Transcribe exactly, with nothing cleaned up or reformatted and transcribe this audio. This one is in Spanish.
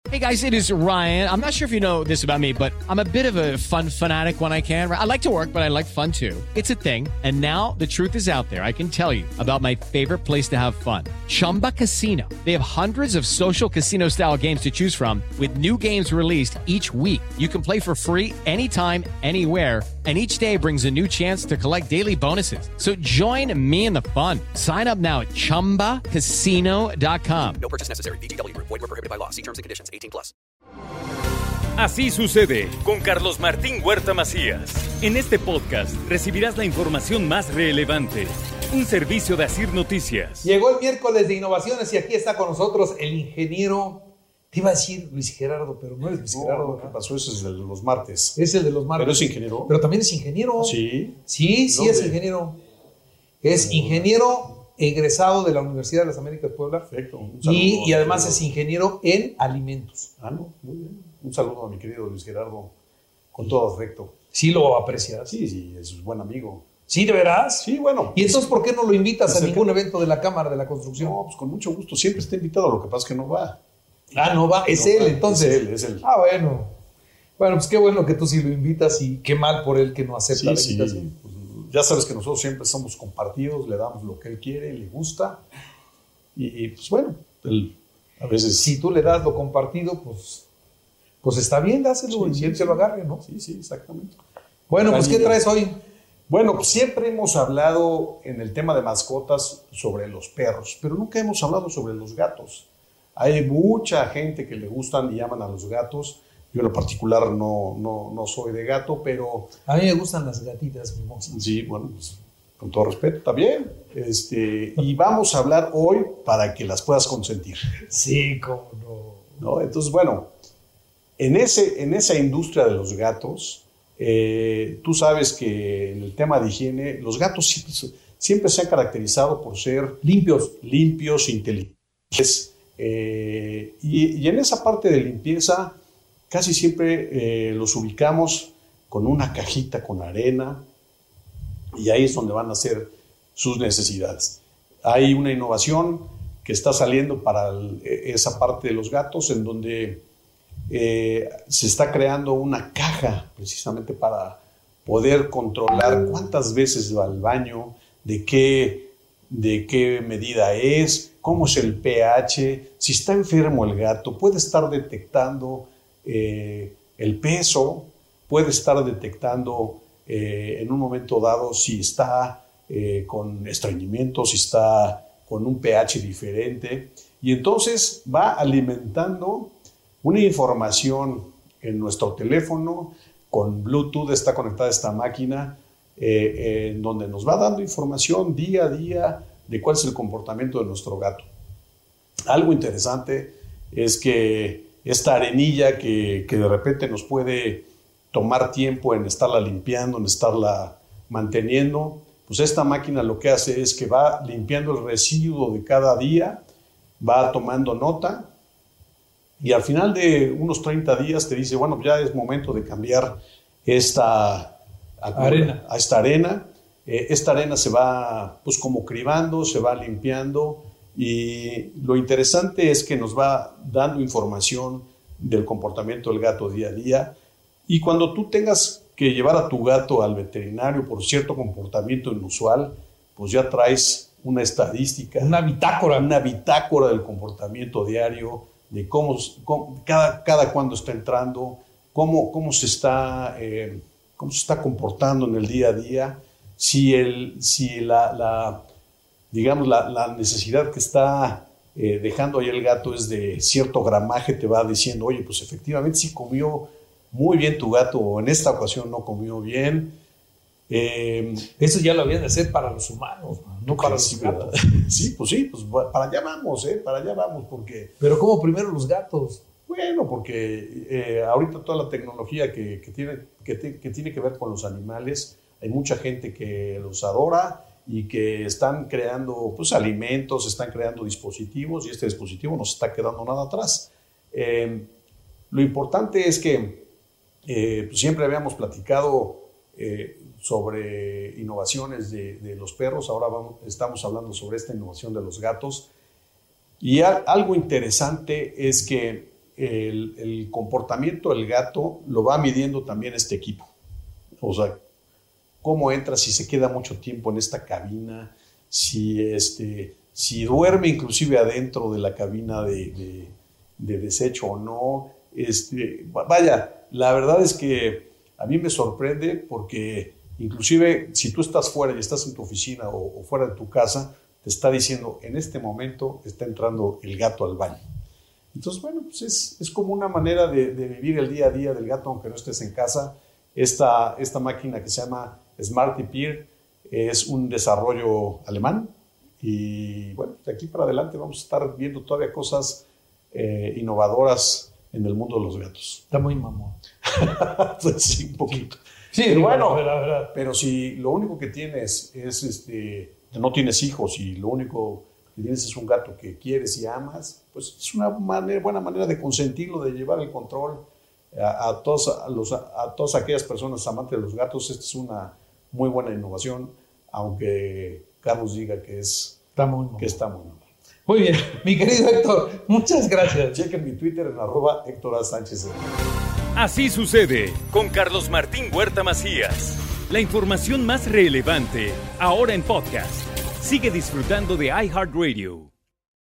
Hey guys, it is Ryan. I'm not sure if you know this about me, but I'm a bit of a fun fanatic when I can. I like to work, but I like fun too. It's a thing. And now the truth is out there. I can tell you about my favorite place to have fun. Chumba Casino. They have hundreds of social casino style games to choose from with new games released each week. You can play for free anytime, anywhere. And each day brings a new chance to collect daily bonuses. So join me in the fun. Sign up now at chumba casino dot com. No purchase necessary. V G W. Void where prohibited by law. See terms and conditions. eighteen plus. Así sucede con Carlos Martín Huerta Macías. En este podcast recibirás la información más relevante. Un servicio de Asir Noticias. Llegó el miércoles de innovaciones y aquí está con nosotros el ingeniero. Te iba a decir Luis Gerardo, pero no es Luis no, Gerardo. ¿Qué pasó? Ese es el de los martes. Es el de los martes. Pero es ingeniero. Pero también es ingeniero. Sí. Sí, sí ¿Dónde? es ingeniero. Es no, ingeniero egresado de la Universidad de las Américas de Puebla. Perfecto. Un Y, y además querido. es ingeniero en alimentos. Ah, no, muy bien. Un saludo a mi querido Luis Gerardo, con todo afecto. Sí lo aprecias. Sí, sí, es un buen amigo. ¿Sí, de veras? Sí, bueno. ¿Y entonces por qué no lo invitas a Acerca- ningún evento de la Cámara de la Construcción? No, pues con mucho gusto. Siempre está invitado, lo que pasa es que no va. Ah, no va. Es No él, va. entonces. Es él, es él. Ah, bueno. Bueno, pues qué bueno que tú sí lo invitas y qué mal por él que no acepta Sí, la sí. invitación. Pues, ya sabes que nosotros siempre somos compartidos, le damos lo que él quiere, le gusta. Y, y, pues bueno, él a veces... Si tú le das lo compartido, pues, pues está bien, dáselo Sí, y sí, él sí. se lo agarre, ¿no? Sí, sí, exactamente. Bueno, pues ¿qué Tranquilo. traes hoy? Bueno, pues siempre hemos hablado en el tema de mascotas sobre los perros, pero nunca hemos hablado sobre los gatos. Hay mucha gente que le gustan y aman a los gatos. Yo en lo particular no, no, no soy de gato, pero A mí me gustan las gatitas mimosas. sí, bueno, pues, con todo respeto, está bien. Este, y vamos a hablar hoy para que las puedas consentir, Sí, cómo no. ¿no? Entonces, bueno, en, ese, en esa industria de los gatos, eh, tú sabes que en el tema de higiene, los gatos siempre, siempre se han caracterizado por ser Limpios. limpios, inteligentes. Eh, y, y en esa parte de limpieza, casi siempre eh, los ubicamos con una cajita con arena y ahí es donde van a hacer sus necesidades. Hay una innovación que está saliendo para el, esa parte de los gatos en donde eh, se está creando una caja precisamente para poder controlar cuántas veces va al baño, de qué, de qué medida es, cómo es el pH, si está enfermo el gato, puede estar detectando eh, el peso, puede estar detectando eh, en un momento dado si está eh, con estreñimiento, si está con un pH diferente, y entonces va alimentando una información en nuestro teléfono, con Bluetooth está conectada esta máquina, eh, eh, en donde nos va dando información día a día de cuál es el comportamiento de nuestro gato. Algo interesante es que esta arenilla que, que de repente nos puede tomar tiempo en estarla limpiando, en estarla manteniendo, pues esta máquina lo que hace es que va limpiando el residuo de cada día, va tomando nota y al final de unos treinta días te dice, bueno, ya es momento de cambiar esta Arena. a esta arena. Eh, esta arena se va pues como cribando, se va limpiando y lo interesante es que nos va dando información del comportamiento del gato día a día y cuando tú tengas que llevar a tu gato al veterinario por cierto comportamiento inusual, pues ya traes una estadística, Una bitácora. una bitácora del comportamiento diario, de cómo, cómo cada, cada cuándo está entrando, cómo, cómo, se está, eh, cómo se está comportando en el día a día, si, el, si la, la, digamos, la, la necesidad que está eh, dejando ahí el gato es de cierto gramaje, te va diciendo, oye, pues efectivamente sí comió muy bien tu gato o en esta ocasión no comió bien. Eh, Eso ya lo habían de hacer para los humanos, no para sí, los ¿verdad? gatos. Sí, pues sí, pues para allá vamos, ¿eh? Para allá vamos, porque... Pero ¿cómo primero los gatos? Bueno, porque eh, ahorita toda la tecnología que, que, tiene, que, te, que tiene que ver con los animales, hay mucha gente que los adora y que están creando pues, alimentos, están creando dispositivos y este dispositivo no se está quedando nada atrás. Eh, lo importante es que eh, pues siempre habíamos platicado eh, sobre innovaciones de, de los perros, ahora vamos, estamos hablando sobre esta innovación de los gatos y a, algo interesante es que el, el comportamiento del gato lo va midiendo también este equipo. O sea, cómo entra, si se queda mucho tiempo en esta cabina, si, este, si duerme inclusive adentro de la cabina de, de, de desecho o no. Este, vaya, la verdad es que a mí me sorprende porque inclusive si tú estás fuera y estás en tu oficina o, o fuera de tu casa, te está diciendo, en este momento está entrando el gato al baño. Entonces, bueno, pues es, es como una manera de, de vivir el día a día del gato, aunque no estés en casa. Esta, esta máquina que se llama Smarty-Peer es un desarrollo alemán y, bueno, de aquí para adelante vamos a estar viendo todavía cosas eh, innovadoras en el mundo de los gatos. Está muy mamón. Sí, un poquito. Sí, pero bueno, la verdad, la verdad. Pero si lo único que tienes es, este, no tienes hijos y lo único que tienes es un gato que quieres y amas, pues es una manera, buena manera de consentirlo, de llevar el control a, a, todos, a, los, a, a todas aquellas personas amantes de los gatos. Esta es una muy buena innovación, aunque Carlos diga que, es, está muy mamón. que está muy mal. Muy bien, mi querido Héctor, muchas gracias. Chequen mi Twitter en arroba Héctor A. Sánchez. Así sucede con Carlos Martín Huerta Macías. La información más relevante, ahora en podcast. Sigue disfrutando de iHeartRadio.